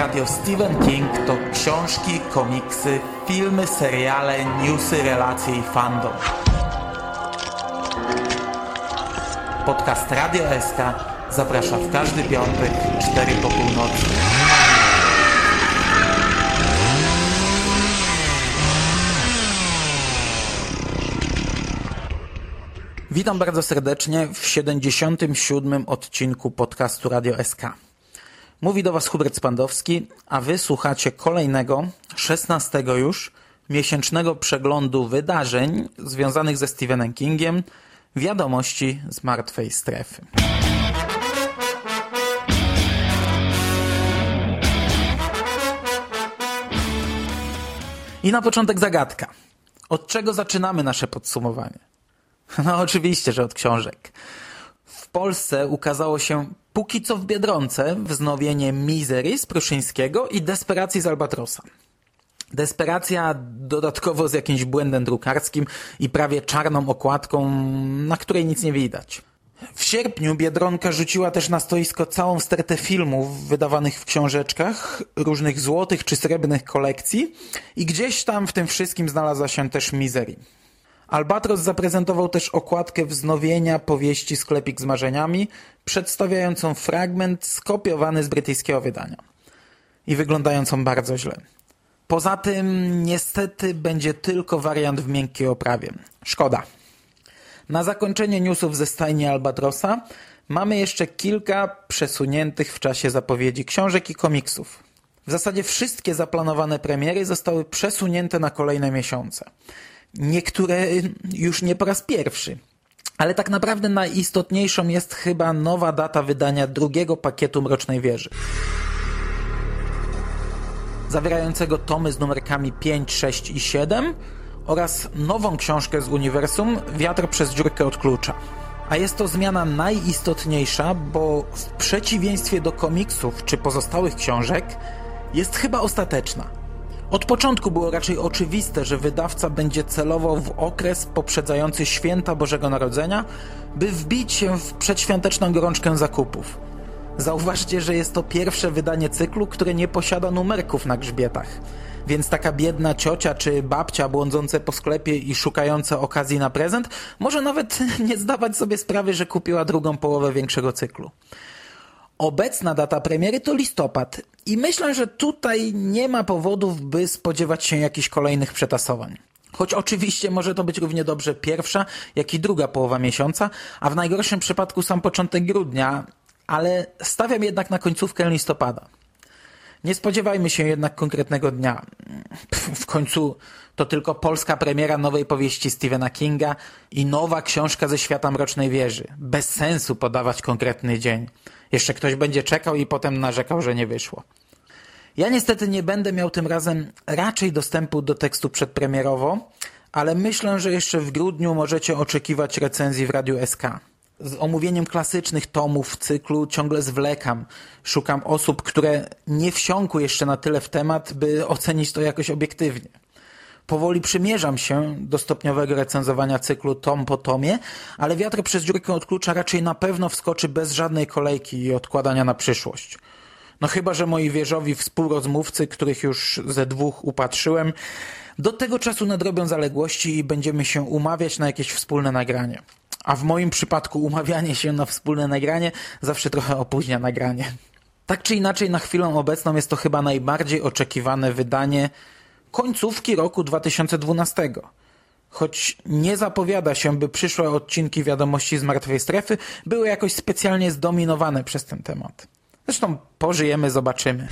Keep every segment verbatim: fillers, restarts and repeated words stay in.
Radio Stephen King to książki, komiksy, filmy, seriale, newsy, relacje i fandom. Podcast Radio S K zaprasza w każdy piątek, cztery po północy. Witam bardzo serdecznie w siedemdziesiątym siódmym odcinku podcastu Radio S K. Mówi do Was Hubert Spandowski, a Wy słuchacie kolejnego, szesnastego już, miesięcznego przeglądu wydarzeń związanych ze Stephenem Kingiem, wiadomości z martwej strefy. I na początek zagadka. Od czego zaczynamy nasze podsumowanie? No oczywiście, że od książek. W Polsce ukazało się póki co w Biedronce wznowienie Misery z Pruszyńskiego i Desperacji z Albatrosa. Desperacja dodatkowo z jakimś błędem drukarskim i prawie czarną okładką, na której nic nie widać. W sierpniu Biedronka rzuciła też na stoisko całą stertę filmów wydawanych w książeczkach, różnych złotych czy srebrnych kolekcji i gdzieś tam w tym wszystkim znalazła się też Misery. Albatros zaprezentował też okładkę wznowienia powieści Sklepik z marzeniami, przedstawiającą fragment skopiowany z brytyjskiego wydania. I wyglądającą bardzo źle. Poza tym niestety będzie tylko wariant w miękkiej oprawie. Szkoda. Na zakończenie newsów ze stajni Albatrosa mamy jeszcze kilka przesuniętych w czasie zapowiedzi książek i komiksów. W zasadzie wszystkie zaplanowane premiery zostały przesunięte na kolejne miesiące. Niektóre już nie po raz pierwszy. Ale tak naprawdę najistotniejszą jest chyba nowa data wydania drugiego pakietu Mrocznej Wieży. Zawierającego tomy z numerkami pięć, sześć i siedem oraz nową książkę z uniwersum Wiatr przez dziurkę od klucza. A jest to zmiana najistotniejsza, bo w przeciwieństwie do komiksów czy pozostałych książek jest chyba ostateczna. Od początku było raczej oczywiste, że wydawca będzie celował w okres poprzedzający święta Bożego Narodzenia, by wbić się w przedświąteczną gorączkę zakupów. Zauważcie, że jest to pierwsze wydanie cyklu, które nie posiada numerków na grzbietach. Więc taka biedna ciocia czy babcia błądzące po sklepie i szukające okazji na prezent może nawet nie zdawać sobie sprawy, że kupiła drugą połowę większego cyklu. Obecna data premiery to listopad i myślę, że tutaj nie ma powodów, by spodziewać się jakichś kolejnych przetasowań. Choć oczywiście może to być równie dobrze pierwsza, jak i druga połowa miesiąca, a w najgorszym przypadku sam początek grudnia, ale stawiam jednak na końcówkę listopada. Nie spodziewajmy się jednak konkretnego dnia. W końcu to tylko polska premiera nowej powieści Stephena Kinga i nowa książka ze świata Mrocznej Wieży. Bez sensu podawać konkretny dzień. Jeszcze ktoś będzie czekał i potem narzekał, że nie wyszło. Ja niestety nie będę miał tym razem raczej dostępu do tekstu przedpremierowo, ale myślę, że jeszcze w grudniu możecie oczekiwać recenzji w Radiu S K. Z omówieniem klasycznych tomów w cyklu ciągle zwlekam. Szukam osób, które nie wsiąkły jeszcze na tyle w temat, by ocenić to jakoś obiektywnie. Powoli przymierzam się do stopniowego recenzowania cyklu tom po tomie, ale Wiatr przez dziurkę od klucza raczej na pewno wskoczy bez żadnej kolejki i odkładania na przyszłość. No chyba, że moi wieżowi współrozmówcy, których już ze dwóch upatrzyłem, do tego czasu nadrobią zaległości i będziemy się umawiać na jakieś wspólne nagranie. A w moim przypadku umawianie się na wspólne nagranie zawsze trochę opóźnia nagranie. Tak czy inaczej, na chwilę obecną jest to chyba najbardziej oczekiwane wydanie końcówki roku dwa tysiące dwunastego. Choć nie zapowiada się, by przyszłe odcinki wiadomości z martwej strefy były jakoś specjalnie zdominowane przez ten temat. Zresztą pożyjemy, zobaczymy.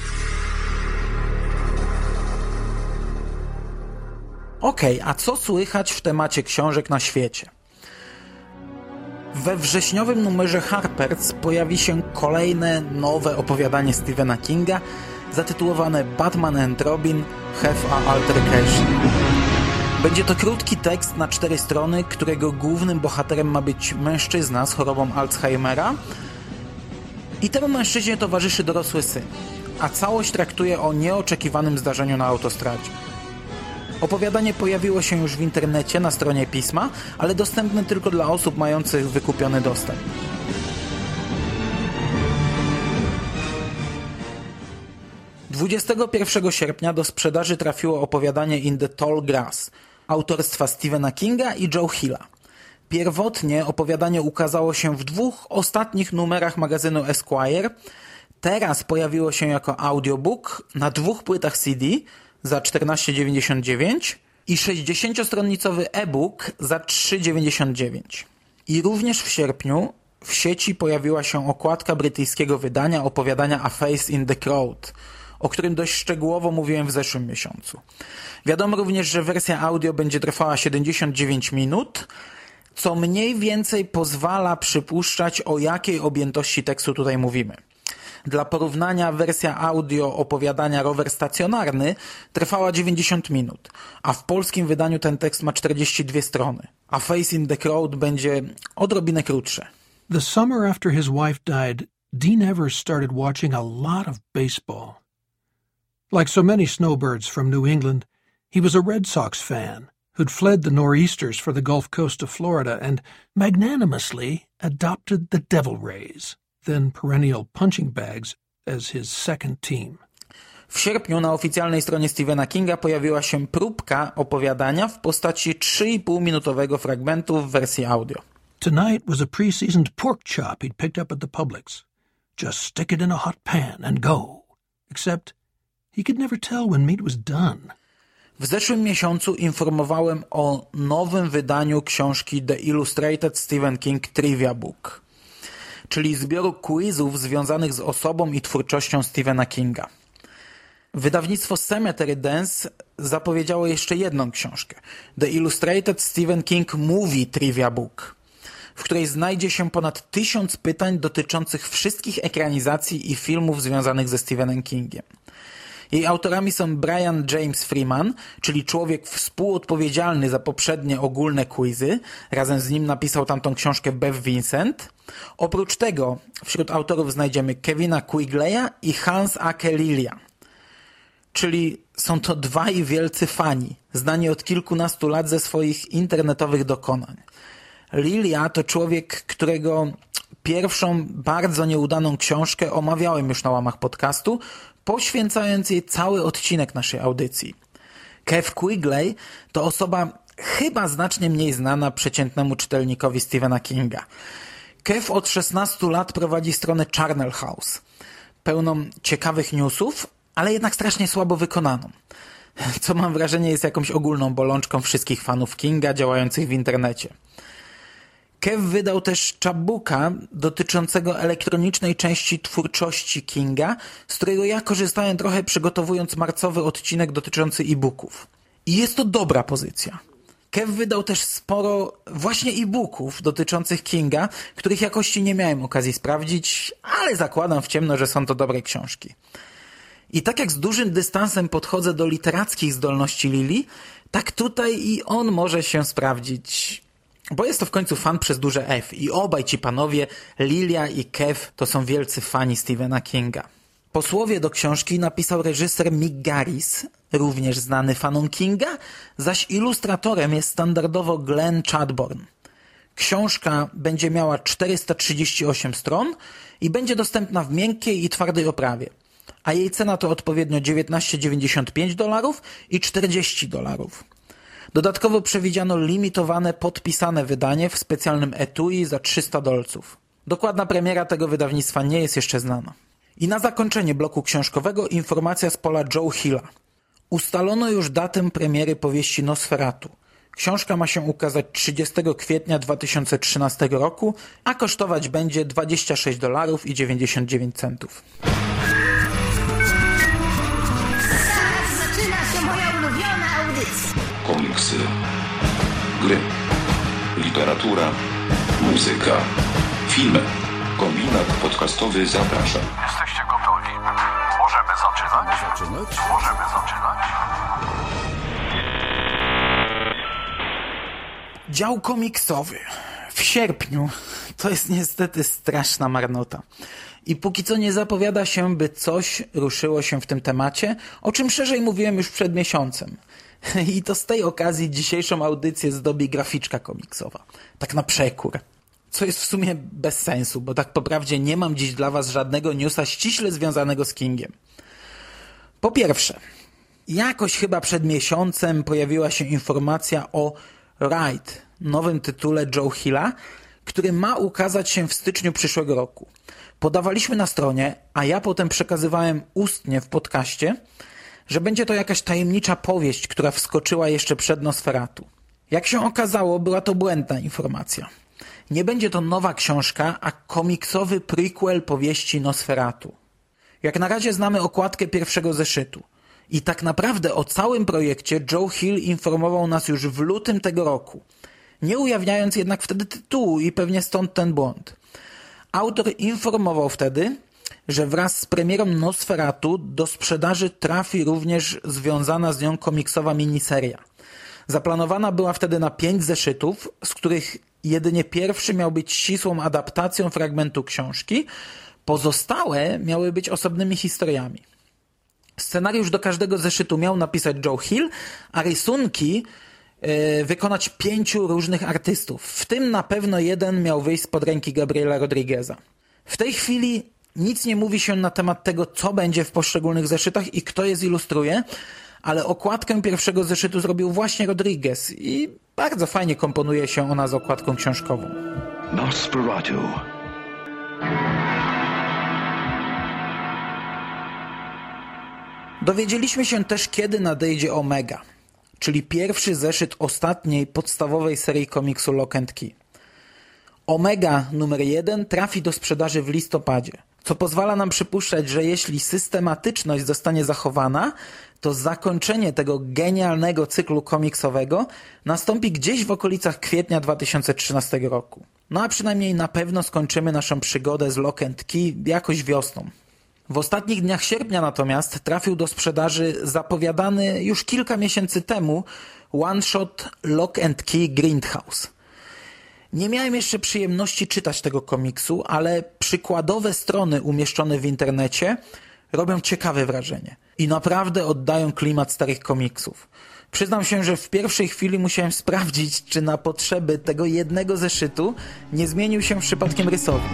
Okej, okay, a co słychać w temacie książek na świecie? We wrześniowym numerze Harper's pojawi się kolejne nowe opowiadanie Stephena Kinga zatytułowane Batman and Robin Have a Altercation. Będzie to krótki tekst na cztery strony, którego głównym bohaterem ma być mężczyzna z chorobą Alzheimera i temu mężczyźnie towarzyszy dorosły syn, a całość traktuje o nieoczekiwanym zdarzeniu na autostradzie. Opowiadanie pojawiło się już w internecie na stronie pisma, ale dostępne tylko dla osób mających wykupiony dostęp. dwudziestego pierwszego sierpnia do sprzedaży trafiło opowiadanie In the Tall Grass autorstwa Stephena Kinga i Joe Hilla. Pierwotnie opowiadanie ukazało się w dwóch ostatnich numerach magazynu Esquire. Teraz pojawiło się jako audiobook na dwóch płytach C D za czternaście dziewięćdziesiąt dziewięć i sześćdziesięciostronicowy e-book za trzy dziewięćdziesiąt dziewięć. I również w sierpniu w sieci pojawiła się okładka brytyjskiego wydania opowiadania A Face in the Crowd, o którym dość szczegółowo mówiłem w zeszłym miesiącu. Wiadomo również, że wersja audio będzie trwała siedemdziesiąt dziewięć minut, co mniej więcej pozwala przypuszczać, o jakiej objętości tekstu tutaj mówimy. Dla porównania wersja audio opowiadania Rower stacjonarny trwała dziewięćdziesiąt minut, a w polskim wydaniu ten tekst ma czterdzieści dwie strony. A Face in the Crowd będzie odrobinę krótsze. The summer after his wife died, Dean Evers started watching a lot of baseball. Like so many snowbirds from New England, he was a Red Sox fan who'd fled the nor'easters for the Gulf Coast of Florida and magnanimously adopted the Devil Rays, then perennial punching bags, as his second team. W sierpniu na oficjalnej stronie Stephena Kinga pojawiła się próbka opowiadania w postaci trzy i pół minutowego fragmentu w wersji audio. Tonight was a pre-seasoned pork chop he'd picked up at the Publix. Just stick it in a hot pan and go. Except he could never tell when meat was done. W zeszłym miesiącu informowałem o nowym wydaniu książki The Illustrated Stephen King Trivia Book, czyli zbioru quizów związanych z osobą i twórczością Stephena Kinga. Wydawnictwo Cemetery Dance zapowiedziało jeszcze jedną książkę, The Illustrated Stephen King Movie Trivia Book, w której znajdzie się ponad tysiąc pytań dotyczących wszystkich ekranizacji i filmów związanych ze Stephenem Kingiem. Jej autorami są Brian James Freeman, czyli człowiek współodpowiedzialny za poprzednie ogólne quizy. Razem z nim napisał tamtą książkę Bev Vincent. Oprócz tego wśród autorów znajdziemy Kevina Quigleya i Hans-Ake Lilia. Czyli są to dwaj wielcy fani, znani od kilkunastu lat ze swoich internetowych dokonań. Lilia to człowiek, którego pierwszą bardzo nieudaną książkę omawiałem już na łamach podcastu, poświęcając jej cały odcinek naszej audycji. Kev Quigley to osoba chyba znacznie mniej znana przeciętnemu czytelnikowi Stephena Kinga. Kev od szesnastu lat prowadzi stronę Charnel House, pełną ciekawych newsów, ale jednak strasznie słabo wykonaną, co mam wrażenie jest jakąś ogólną bolączką wszystkich fanów Kinga działających w internecie. Kev wydał też chapbooka dotyczącego elektronicznej części twórczości Kinga, z którego ja korzystałem trochę przygotowując marcowy odcinek dotyczący e-booków. I jest to dobra pozycja. Kev wydał też sporo właśnie e-booków dotyczących Kinga, których jakości nie miałem okazji sprawdzić, ale zakładam w ciemno, że są to dobre książki. I tak jak z dużym dystansem podchodzę do literackich zdolności Lili, tak tutaj i on może się sprawdzić, bo jest to w końcu fan przez duże F i obaj ci panowie, Lilia i Kev, to są wielcy fani Stephena Kinga. Posłowie do książki napisał reżyser Mick Garris, również znany fanom Kinga, zaś ilustratorem jest standardowo Glenn Chadbourne. Książka będzie miała czterysta trzydzieści osiem stron i będzie dostępna w miękkiej i twardej oprawie, a jej cena to odpowiednio dziewiętnaście dziewięćdziesiąt pięć dolarów i czterdzieści dolarów. Dodatkowo przewidziano limitowane, podpisane wydanie w specjalnym etui za trzysta dolców. Dokładna premiera tego wydawnictwa nie jest jeszcze znana. I na zakończenie bloku książkowego informacja z pola Joe Hilla. Ustalono już datę premiery powieści Nosferatu. Książka ma się ukazać trzydziestego kwietnia dwa tysiące trzynastego roku, a kosztować będzie dwadzieścia sześć dolarów i dziewięćdziesiąt dziewięć centów. Komiksy, gry, literatura, muzyka, filmy. Kombinat podcastowy zaprasza. Jesteście gotowi? Możemy zaczynać? zaczynać? Możemy zaczynać. Dział komiksowy. W sierpniu. To jest niestety straszna marnota. I póki co nie zapowiada się, by coś ruszyło się w tym temacie, o czym szerzej mówiłem już przed miesiącem. I to z tej okazji dzisiejszą audycję zdobi graficzka komiksowa. Tak na przekór. Co jest w sumie bez sensu, bo tak po prawdzie nie mam dziś dla was żadnego newsa ściśle związanego z Kingiem. Po pierwsze, jakoś chyba przed miesiącem pojawiła się informacja o Ride, nowym tytule Joe Hilla, który ma ukazać się w styczniu przyszłego roku. Podawaliśmy na stronie, a ja potem przekazywałem ustnie w podcaście, że będzie to jakaś tajemnicza powieść, która wskoczyła jeszcze przed Nosferatu. Jak się okazało, była to błędna informacja. Nie będzie to nowa książka, a komiksowy prequel powieści Nosferatu. Jak na razie znamy okładkę pierwszego zeszytu. I tak naprawdę o całym projekcie Joe Hill informował nas już w lutym tego roku, nie ujawniając jednak wtedy tytułu i pewnie stąd ten błąd. Autor informował wtedy, że wraz z premierą Nosferatu do sprzedaży trafi również związana z nią komiksowa miniseria. Zaplanowana była wtedy na pięć zeszytów, z których jedynie pierwszy miał być ścisłą adaptacją fragmentu książki, pozostałe miały być osobnymi historiami. Scenariusz do każdego zeszytu miał napisać Joe Hill, a rysunki yy, wykonać pięciu różnych artystów. W tym na pewno jeden miał wyjść spod ręki Gabriela Rodrigueza. W tej chwili nic nie mówi się na temat tego, co będzie w poszczególnych zeszytach i kto je zilustruje, ale okładkę pierwszego zeszytu zrobił właśnie Rodriguez i bardzo fajnie komponuje się ona z okładką książkową. Nosferatu. Dowiedzieliśmy się też, kiedy nadejdzie Omega, czyli pierwszy zeszyt ostatniej podstawowej serii komiksu Lock and Key. Omega numer jeden trafi do sprzedaży w listopadzie, co pozwala nam przypuszczać, że jeśli systematyczność zostanie zachowana, to zakończenie tego genialnego cyklu komiksowego nastąpi gdzieś w okolicach kwietnia dwa tysiące trzynastego roku. No a przynajmniej na pewno skończymy naszą przygodę z Lock and Key jakoś wiosną. W ostatnich dniach sierpnia natomiast trafił do sprzedaży zapowiadany już kilka miesięcy temu one-shot Lock and Key Grindhouse. Nie miałem jeszcze przyjemności czytać tego komiksu, ale przykładowe strony umieszczone w internecie robią ciekawe wrażenie i naprawdę oddają klimat starych komiksów. Przyznam się, że w pierwszej chwili musiałem sprawdzić, czy na potrzeby tego jednego zeszytu nie zmienił się przypadkiem rysownik.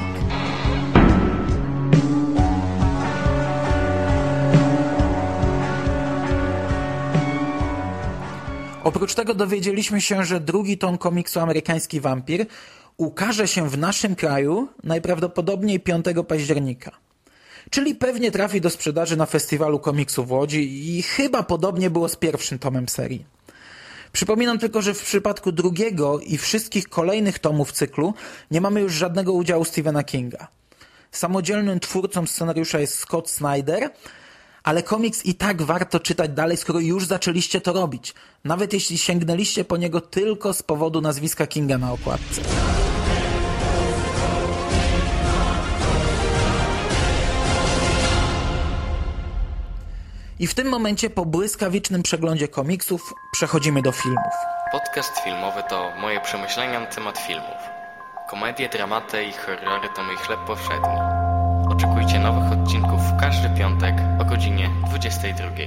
Oprócz tego dowiedzieliśmy się, że drugi tom komiksu Amerykański Wampir ukaże się w naszym kraju najprawdopodobniej piątego października. Czyli pewnie trafi do sprzedaży na festiwalu komiksu w Łodzi i chyba podobnie było z pierwszym tomem serii. Przypominam tylko, że w przypadku drugiego i wszystkich kolejnych tomów cyklu nie mamy już żadnego udziału Stephena Kinga. Samodzielnym twórcą scenariusza jest Scott Snyder, ale komiks i tak warto czytać dalej, skoro już zaczęliście to robić, nawet jeśli sięgnęliście po niego tylko z powodu nazwiska Kinga na okładce. I w tym momencie po błyskawicznym przeglądzie komiksów przechodzimy do filmów. Podcast filmowy to moje przemyślenia na temat filmów. Komedie, dramaty i horrory to mój chleb powszedni. Oczekujcie nowych odcinków w każdy piątek o godzinie dwudziestej drugiej.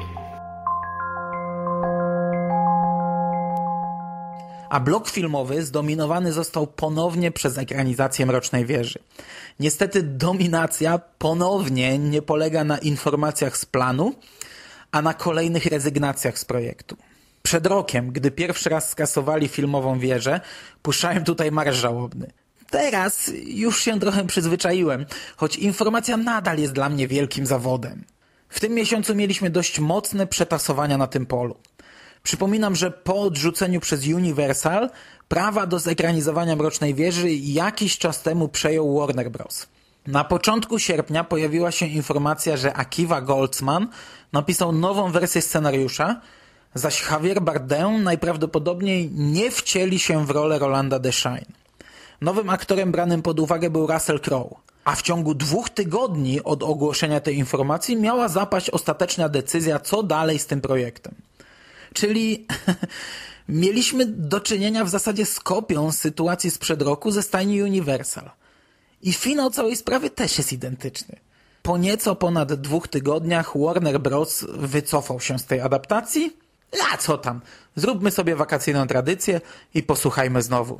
A blok filmowy zdominowany został ponownie przez ekranizację Mrocznej Wieży. Niestety dominacja ponownie nie polega na informacjach z planu, a na kolejnych rezygnacjach z projektu. Przed rokiem, gdy pierwszy raz skasowali filmową wieżę, puszczałem tutaj marsz żałobny. Teraz już się trochę przyzwyczaiłem, choć informacja nadal jest dla mnie wielkim zawodem. W tym miesiącu mieliśmy dość mocne przetasowania na tym polu. Przypominam, że po odrzuceniu przez Universal prawa do zekranizowania Mrocznej Wieży jakiś czas temu przejął Warner Bros. Na początku sierpnia pojawiła się informacja, że Akiva Goldsman napisał nową wersję scenariusza, zaś Javier Bardem najprawdopodobniej nie wcieli się w rolę Rolanda Deschain. Nowym aktorem branym pod uwagę był Russell Crowe, a w ciągu dwóch tygodni od ogłoszenia tej informacji miała zapaść ostateczna decyzja, co dalej z tym projektem. Czyli mieliśmy do czynienia w zasadzie z kopią sytuacji sprzed roku ze stajni Universal. I finał całej sprawy też jest identyczny. Po nieco ponad dwóch tygodniach Warner Bros. Wycofał się z tej adaptacji. A co tam, zróbmy sobie wakacyjną tradycję i posłuchajmy znowu.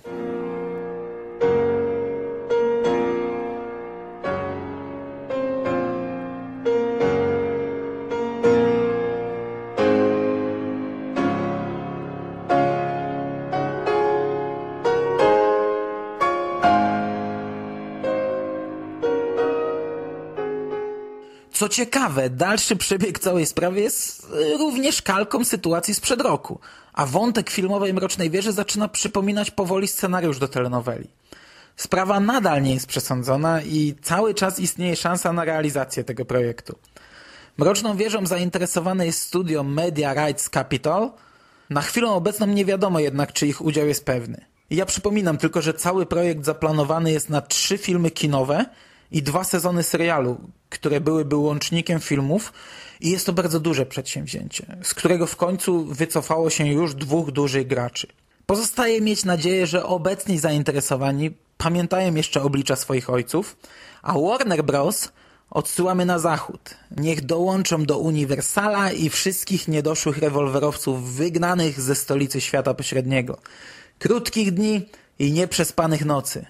Co ciekawe, dalszy przebieg całej sprawy jest również kalką sytuacji sprzed roku, a wątek filmowej Mrocznej Wieży zaczyna przypominać powoli scenariusz do telenoweli. Sprawa nadal nie jest przesądzona i cały czas istnieje szansa na realizację tego projektu. Mroczną Wieżą zainteresowane jest studio Media Rights Capital. Na chwilę obecną nie wiadomo jednak, czy ich udział jest pewny. I ja przypominam tylko, że cały projekt zaplanowany jest na trzy filmy kinowe i dwa sezony serialu, które byłyby łącznikiem filmów i jest to bardzo duże przedsięwzięcie, z którego w końcu wycofało się już dwóch dużych graczy. Pozostaje mieć nadzieję, że obecni zainteresowani pamiętają jeszcze oblicza swoich ojców, a Warner Bros. Odsyłamy na zachód. Niech dołączą do Uniwersala i wszystkich niedoszłych rewolwerowców wygnanych ze stolicy świata pośredniego. Krótkich dni i nieprzespanych nocy.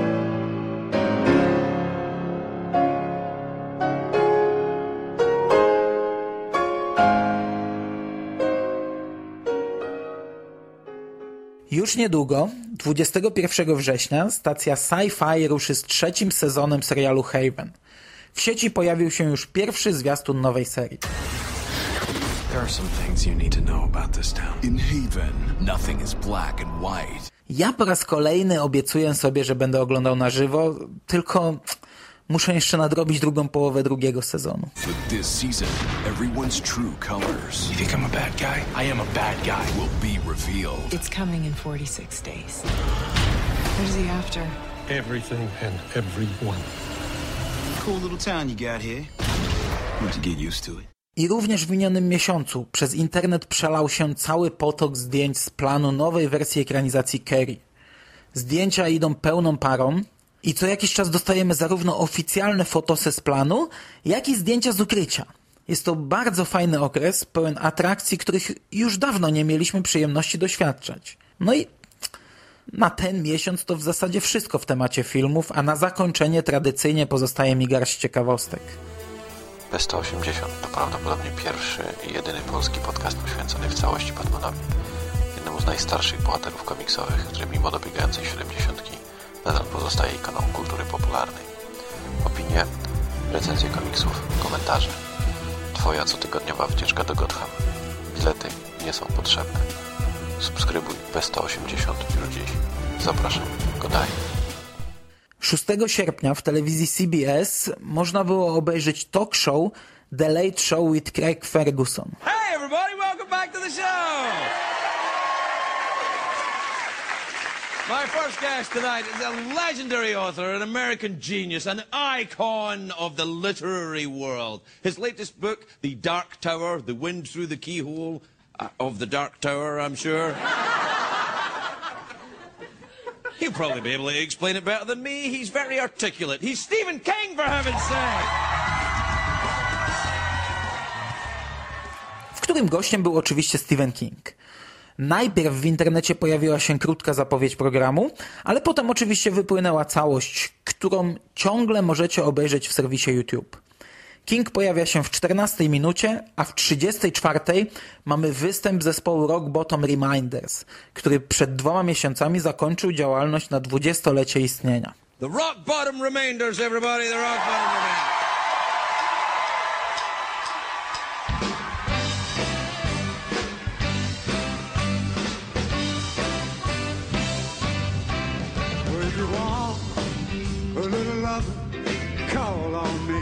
Już niedługo, dwudziestego pierwszego września, stacja Sci-Fi ruszy z trzecim sezonem serialu Haven. W sieci pojawił się już pierwszy zwiastun nowej serii. There are some things you need to know about this town. In Haven, nothing is black and white. Ja po raz kolejny obiecuję sobie, że będę oglądał na żywo, tylko muszę jeszcze nadrobić drugą połowę drugiego sezonu. For this season, everyone's true colors. You think I'm a bad guy? I am a bad guy. Will be revealed. It's coming in forty-six days. What is he after? Everything and everyone. Cool little town you got here. Want to get used to it. I również w minionym miesiącu przez internet przelał się cały potok zdjęć z planu nowej wersji ekranizacji Carrie. Zdjęcia idą pełną parą i co jakiś czas dostajemy zarówno oficjalne fotosy z planu, jak i zdjęcia z ukrycia. Jest to bardzo fajny okres, pełen atrakcji, których już dawno nie mieliśmy przyjemności doświadczać. No i na ten miesiąc to w zasadzie wszystko w temacie filmów, a na zakończenie tradycyjnie pozostaje mi garść ciekawostek. B sto osiemdziesiąt to prawdopodobnie pierwszy i jedyny polski podcast poświęcony w całości Batmanowi, jednemu z najstarszych bohaterów komiksowych, który mimo dobiegającej siedemdziesiątki nadal pozostaje ikoną kultury popularnej. Opinie, recenzje komiksów, komentarze. Twoja cotygodniowa wycieczka do Gotham. Bilety nie są potrzebne. Subskrybuj B sto osiemdziesiąt już dziś. Zapraszam. Godaj. szóstego sierpnia w telewizji C B S można było obejrzeć talk show The Late Show with Craig Ferguson. Hey everybody, welcome back to the show! My first guest tonight is a legendary author, an American genius, an icon of the literary world. His latest book, The Dark Tower, The Wind Through the Keyhole uh, of the Dark Tower, I'm sure. He'll probably be able to explain it better than me. He's very articulate. He's Stephen King, for heaven's sake! W którym gościem był oczywiście Stephen King. Najpierw w internecie pojawiła się krótka zapowiedź programu, ale potem oczywiście wypłynęła całość, którą ciągle możecie obejrzeć w serwisie YouTube. King pojawia się w czternastej minucie, a w trzydziestej czwartej mamy występ zespołu Rock Bottom Reminders, który przed dwoma miesiącami zakończył działalność na dwudziestolecie istnienia. The Rock Bottom Reminders, everybody, the Rock Bottom Reminders. If you want a little love, call on me.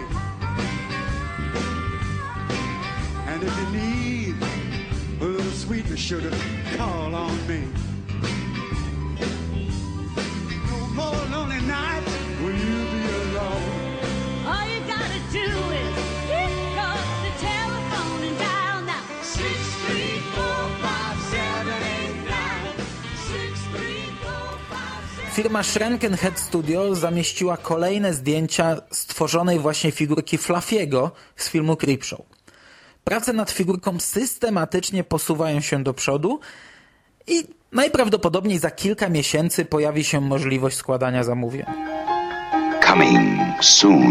And if you need a little sweetness, sugar, call on me. No more lonely nights will you be alone. All you gotta do is pick up the telephone and dial now. six three four five seven eight nine. six three four five seven. Firma Schrenkenhead Studio zamieściła kolejne zdjęcia stworzonej właśnie figurki Fluffiego z filmu Creepshow. Prace nad figurką systematycznie posuwają się do przodu i najprawdopodobniej za kilka miesięcy pojawi się możliwość składania zamówień. Coming soon.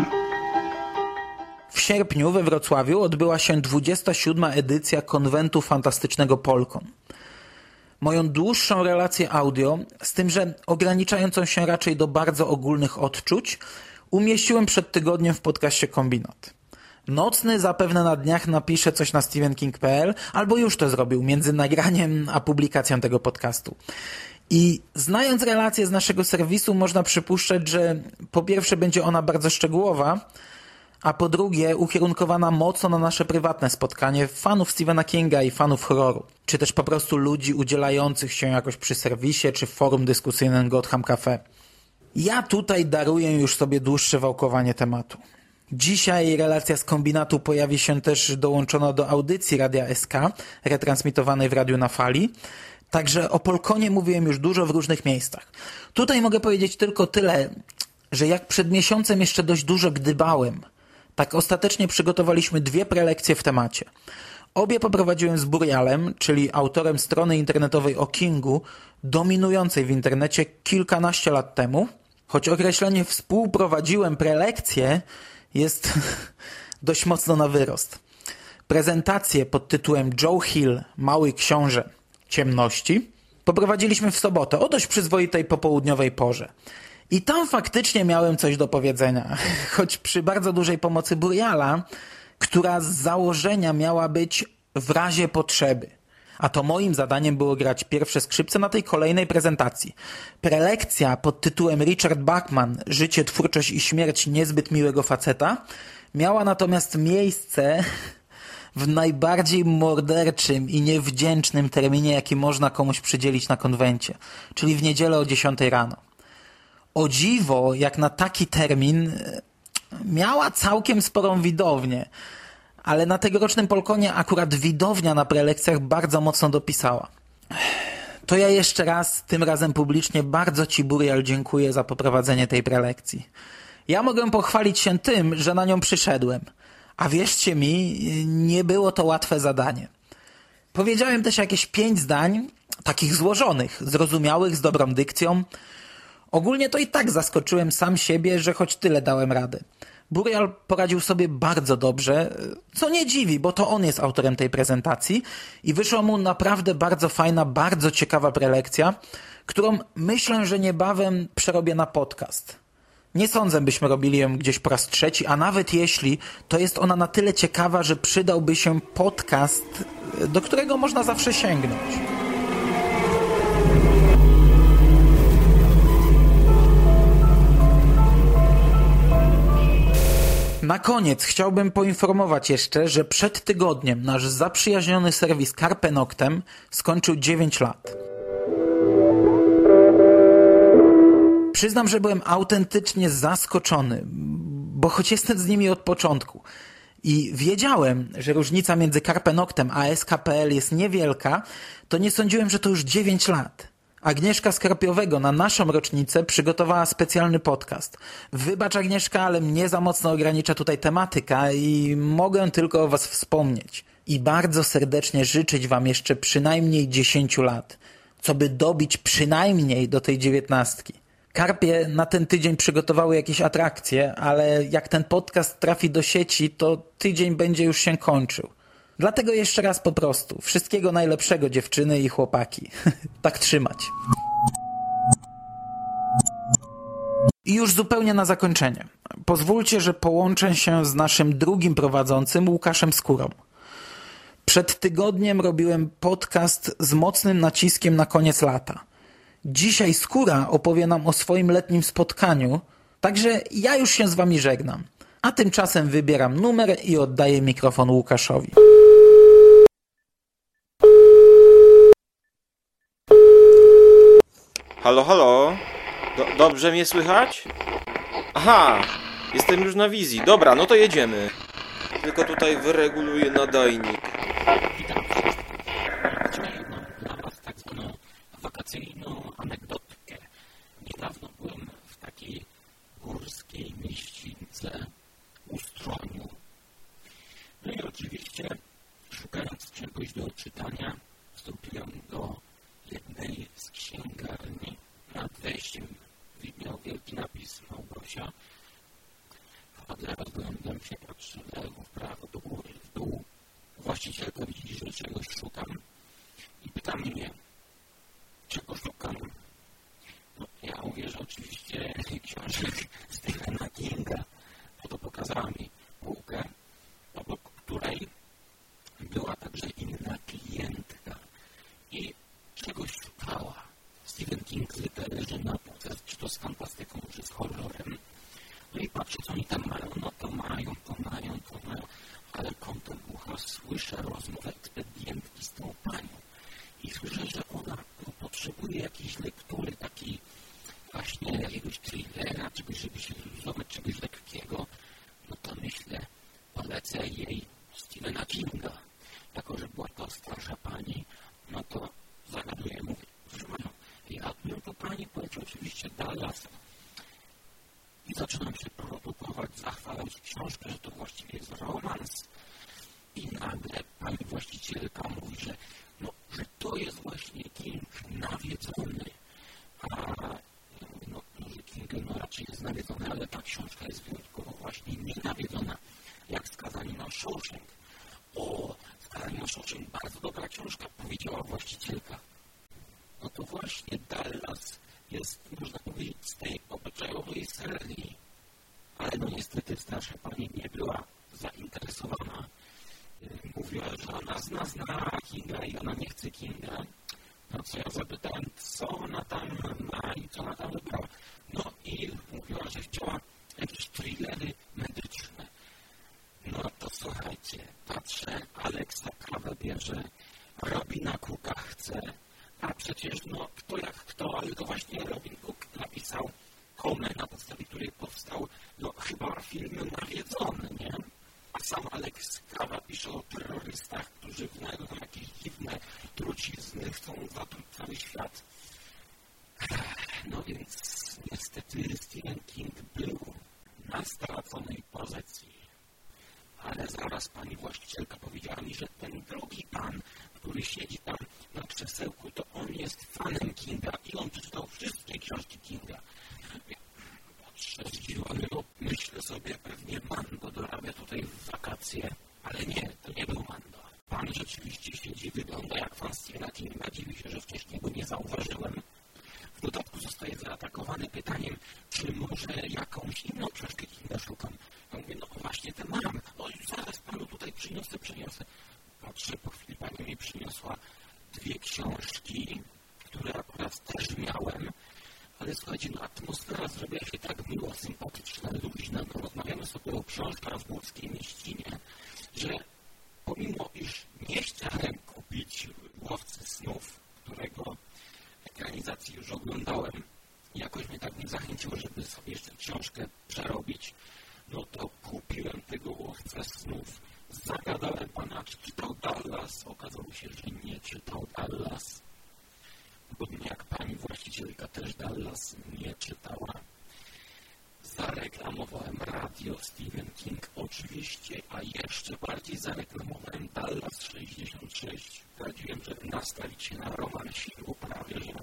W sierpniu we Wrocławiu odbyła się dwudziesta siódma edycja konwentu fantastycznego Polkon. Moją dłuższą relację audio, z tym, że ograniczającą się raczej do bardzo ogólnych odczuć, umieściłem przed tygodniem w podcaście Kombinat. Nocny zapewne na dniach napisze coś na steven king kropka p l, albo już to zrobił między nagraniem a publikacją tego podcastu. I znając relacje z naszego serwisu, można przypuszczać, że po pierwsze będzie ona bardzo szczegółowa, a po drugie ukierunkowana mocno na nasze prywatne spotkanie fanów Stephena Kinga i fanów horroru, czy też po prostu ludzi udzielających się jakoś przy serwisie, czy w forum dyskusyjnym Gotham Cafe. Ja tutaj daruję już sobie dłuższe wałkowanie tematu. Dzisiaj relacja z kombinatu pojawi się też dołączona do audycji Radia S K, retransmitowanej w Radiu na Fali. Także o Polkonie mówiłem już dużo w różnych miejscach. Tutaj mogę powiedzieć tylko tyle, że jak przed miesiącem jeszcze dość dużo gdybałem, tak ostatecznie przygotowaliśmy dwie prelekcje w temacie. Obie poprowadziłem z Burialem, czyli autorem strony internetowej o Kingu, dominującej w internecie kilkanaście lat temu, choć określenie współprowadziłem prelekcje jest dość mocno na wyrost. Prezentację pod tytułem Joe Hill, Mały Książę Ciemności poprowadziliśmy w sobotę o dość przyzwoitej popołudniowej porze. I tam faktycznie miałem coś do powiedzenia, choć przy bardzo dużej pomocy Buriala, która z założenia miała być w razie potrzeby. A to moim zadaniem było grać pierwsze skrzypce na tej kolejnej prezentacji. Prelekcja pod tytułem Richard Bachman, Życie, twórczość i śmierć niezbyt miłego faceta miała natomiast miejsce w najbardziej morderczym i niewdzięcznym terminie, jaki można komuś przydzielić na konwencie, czyli w niedzielę o dziesiątej rano. O dziwo, jak na taki termin, miała całkiem sporą widownię, ale na tegorocznym Polkonie akurat widownia na prelekcjach bardzo mocno dopisała. To ja jeszcze raz, tym razem publicznie, bardzo Ci, Burial, dziękuję za poprowadzenie tej prelekcji. Ja mogę pochwalić się tym, że na nią przyszedłem. A wierzcie mi, nie było to łatwe zadanie. Powiedziałem też jakieś pięć zdań, takich złożonych, zrozumiałych, z dobrą dykcją. Ogólnie to i tak zaskoczyłem sam siebie, że choć tyle dałem radę. Burial poradził sobie bardzo dobrze, co nie dziwi, bo to on jest autorem tej prezentacji i wyszła mu naprawdę bardzo fajna, bardzo ciekawa prelekcja, którą myślę, że niebawem przerobię na podcast. Nie sądzę, byśmy robili ją gdzieś po raz trzeci, a nawet jeśli, to jest ona na tyle ciekawa, że przydałby się podcast, do którego można zawsze sięgnąć. Na koniec chciałbym poinformować jeszcze, że przed tygodniem nasz zaprzyjaźniony serwis Carpe Noctem skończył dziewięć lat. Przyznam, że byłem autentycznie zaskoczony, bo choć jestem z nimi od początku i wiedziałem, że różnica między Carpe Noctem a S K kropka p l jest niewielka, to nie sądziłem, że to już dziewięć lat. Agnieszka z Karpiowego na naszą rocznicę przygotowała specjalny podcast. Wybacz, Agnieszka, ale mnie za mocno ogranicza tutaj tematyka i mogę tylko o was wspomnieć. I bardzo serdecznie życzyć wam jeszcze przynajmniej dziesięciu lat, co by dobić przynajmniej do tej dziewiętnastki. Karpie na ten tydzień przygotowały jakieś atrakcje, ale jak ten podcast trafi do sieci, to tydzień będzie już się kończył. Dlatego jeszcze raz po prostu wszystkiego najlepszego, dziewczyny i chłopaki. Tak trzymać. I już zupełnie na zakończenie. Pozwólcie, że połączę się z naszym drugim prowadzącym, Łukaszem Skórą. Przed tygodniem robiłem podcast z mocnym naciskiem na koniec lata. Dzisiaj Skóra opowie nam o swoim letnim spotkaniu, także ja już się z wami żegnam. A tymczasem wybieram numer i oddaję mikrofon Łukaszowi. Halo, halo? Do, dobrze mnie słychać? Aha, jestem już na wizji. Dobra, no to jedziemy. Tylko tutaj wyreguluję nadajnik. Witam wszystkich. Dzisiaj mam dla was tak zwaną wakacyjną anegdotkę. Niedawno byłem w takiej górskiej mieścince Ustroniu. No i oczywiście, szukając czegoś do czytania, wstąpiłem do jednej z księgarni. Nad wejściem widniał wielki napis Małgosia. Wpadle rozglądam się, patrzę w lewo, w prawo, do góry, w dół. Właścicielka widzi, że czegoś szukam i pyta mnie, czego szukam. No, ja mówię, że oczywiście książek Stephena Kinga. No to pokazała mi półkę żeby się wyluzować czegoś lekkiego, no to myślę, polecę jej Stephena Kinga. Jako że była to starsza pani, no to zagaduję, mówię, proszę panią, ja bym to pani polecił oczywiście Dallasa. I zaczynam się produkować, zachwalać książkę, że to właściwie jest romans. I nagle pani właścicielka mówi, że, no, że to jest właśnie King nawiedzony. A no, że King no, raczej jest nawiedzony, ale ta książka jest wyjątkowo właśnie nienawiedzona, jak Skazani na Shawshank. O, Skazani na Shawshank, bardzo dobra książka, powiedziała właścicielka. No to właśnie Dallas jest, można powiedzieć, z tej obyczajowej serii. Ale no niestety starsza pani nie była zainteresowana. Mówiła, że ona zna, zna Kinga i ona nie chce Kinga. No co ja zapytałem, co ona tam ma i co ona tam wybrała. No i mówiła, że chciała jakieś thrillery medyczne. No to słuchajcie, patrzę, Alexa kawę bierze, Robina Cooka chce, a przecież no kto jak kto, ale to właśnie Robin Cook napisał komę, na podstawie której powstał no chyba film Nawiedzony, nie? A sam Alex Kawa pisze o terrorystach, którzy znajdują jakieś dziwne trucizny, chcą zatruć cały świat. No więc niestety Stephen King był na straconej pozycji. Ale zaraz pani właścicielka powiedziała mi, że ten drugi pan, który siedzi tam na krzesełku, to on jest fanem Kinga i on przeczytał wszystkie książki Kinga. Patrzę zdziwiony, no myślę sobie, pewnie Mando dorabia tutaj w wakacje, ale nie, to nie był Mando. Pan rzeczywiście siedzi, wygląda jak fan Stephena Kinga, dziwi się, że wcześniej go nie zauważyłem. W dodatku zostaje zaatakowany pytaniem, czy może jakąś inną książkę Kinga szukam. Ja mówię, no właśnie tę mam, no i zaraz panu tutaj przyniosę, przyniosę. Patrzę, po chwili pani mi przyniosła dwie książki, które akurat też miałem, ale słuchajcie, no atmosfera zrobiła się tak miło, sympatyczna, luźna, no rozmawiamy sobie o książkach w Górskiej Mieścinie, że pomimo iż nie chciałem kupić Łowcy Snów, którego ekranizacji już oglądałem, jakoś mnie tak nie zachęciło, żeby sobie jeszcze książkę przerobić, no to kupiłem tego Łowcę Snów, zagadałem pana, czy czytał Dallas, okazało się, że nie czytał Dallas. Podobnie jak pani właścicielka też Dallas nie czytała. Zareklamowałem radio Stephen King oczywiście, a jeszcze bardziej zareklamowałem Dallas sześćdziesiąt sześć. Radziłem, żeby nastawić się na roman siłu prawie, że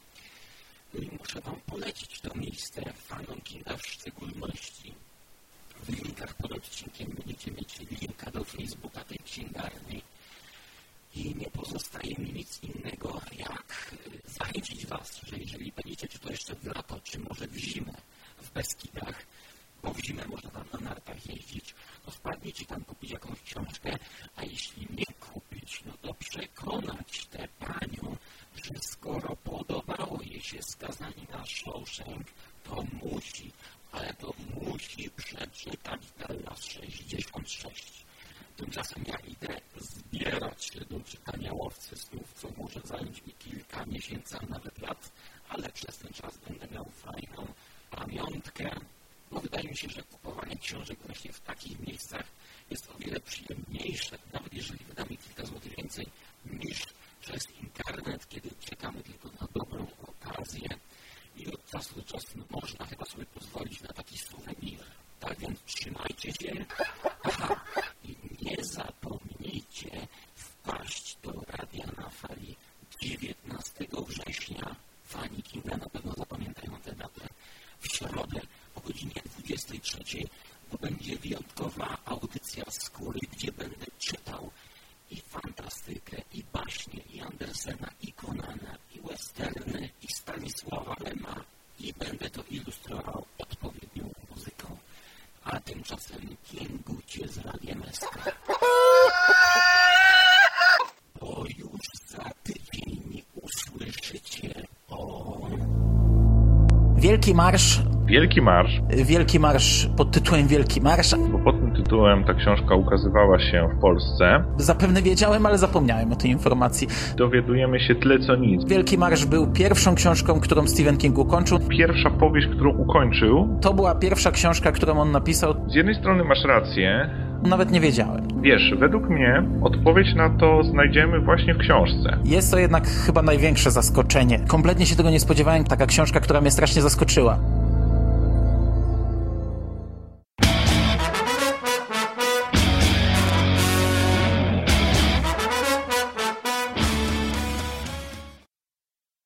i muszę wam polecić to miejsce fanom Kinga w szczególności. W linkach pod odcinkiem będziecie mieć linka do Facebooka tej księgarni. I nie pozostaje mi nic innego, jak zachęcić was, że jeżeli będziecie, czy to jeszcze w lato, czy może w zimę, w Beskidach, bo w zimę można tam na nartach jeździć, to wpadniecie tam kupić jakąś książkę, a jeśli nie kupić, no to przekonać tę panią, że skoro podobało jej się Skazani na Shawshank, to musi, ale to musi przeczytać Dallas sześćdziesiąt sześć. Tymczasem ja idę zbierać się do czytania Łowcy Snów, co może zająć mi kilka miesięcy, a nawet lat, ale przez ten czas będę miał fajną pamiątkę, bo wydaje mi się, że kupowanie książek właśnie w takich miejscach jest o wiele przyjemniejsze, nawet jeżeli wydamy kilka złotych więcej, niż przez internet, kiedy czekamy tylko na dobrą okazję i od czasu do czasu można chyba sobie pozwolić na taki suwenir. Tak więc trzymajcie się. Aha, i nie zapomnijcie wpaść do Radia na Fali dziewiętnastego września. Fani Kinga na pewno zapamiętają tę datę. W środę o godzinie dwudziestej trzeciej, bo będzie wyjątkowa audycja Skóry, gdzie będę czytał i fantastykę, i baśnie, i Andersena, i Conana, i westerny, i Stanisława Lema, i będę to ilustrował odpowiednią muzyką. A tymczasem Kingucie z Radiem S K. Bo już za tydzień usłyszycie o... Wielki Marsz Wielki Marsz. Wielki Marsz pod tytułem Wielki Marsz. Bo pod tym tytułem ta książka ukazywała się w Polsce. Zapewne wiedziałem, ale zapomniałem o tej informacji. Dowiadujemy się tyle co nic. Wielki Marsz był pierwszą książką, którą Stephen King ukończył. Pierwsza powieść, którą ukończył. To była pierwsza książka, którą on napisał. Z jednej strony masz rację. Nawet nie wiedziałem. Wiesz, według mnie odpowiedź na to znajdziemy właśnie w książce. Jest to jednak chyba największe zaskoczenie. Kompletnie się tego nie spodziewałem. Taka książka, która mnie strasznie zaskoczyła.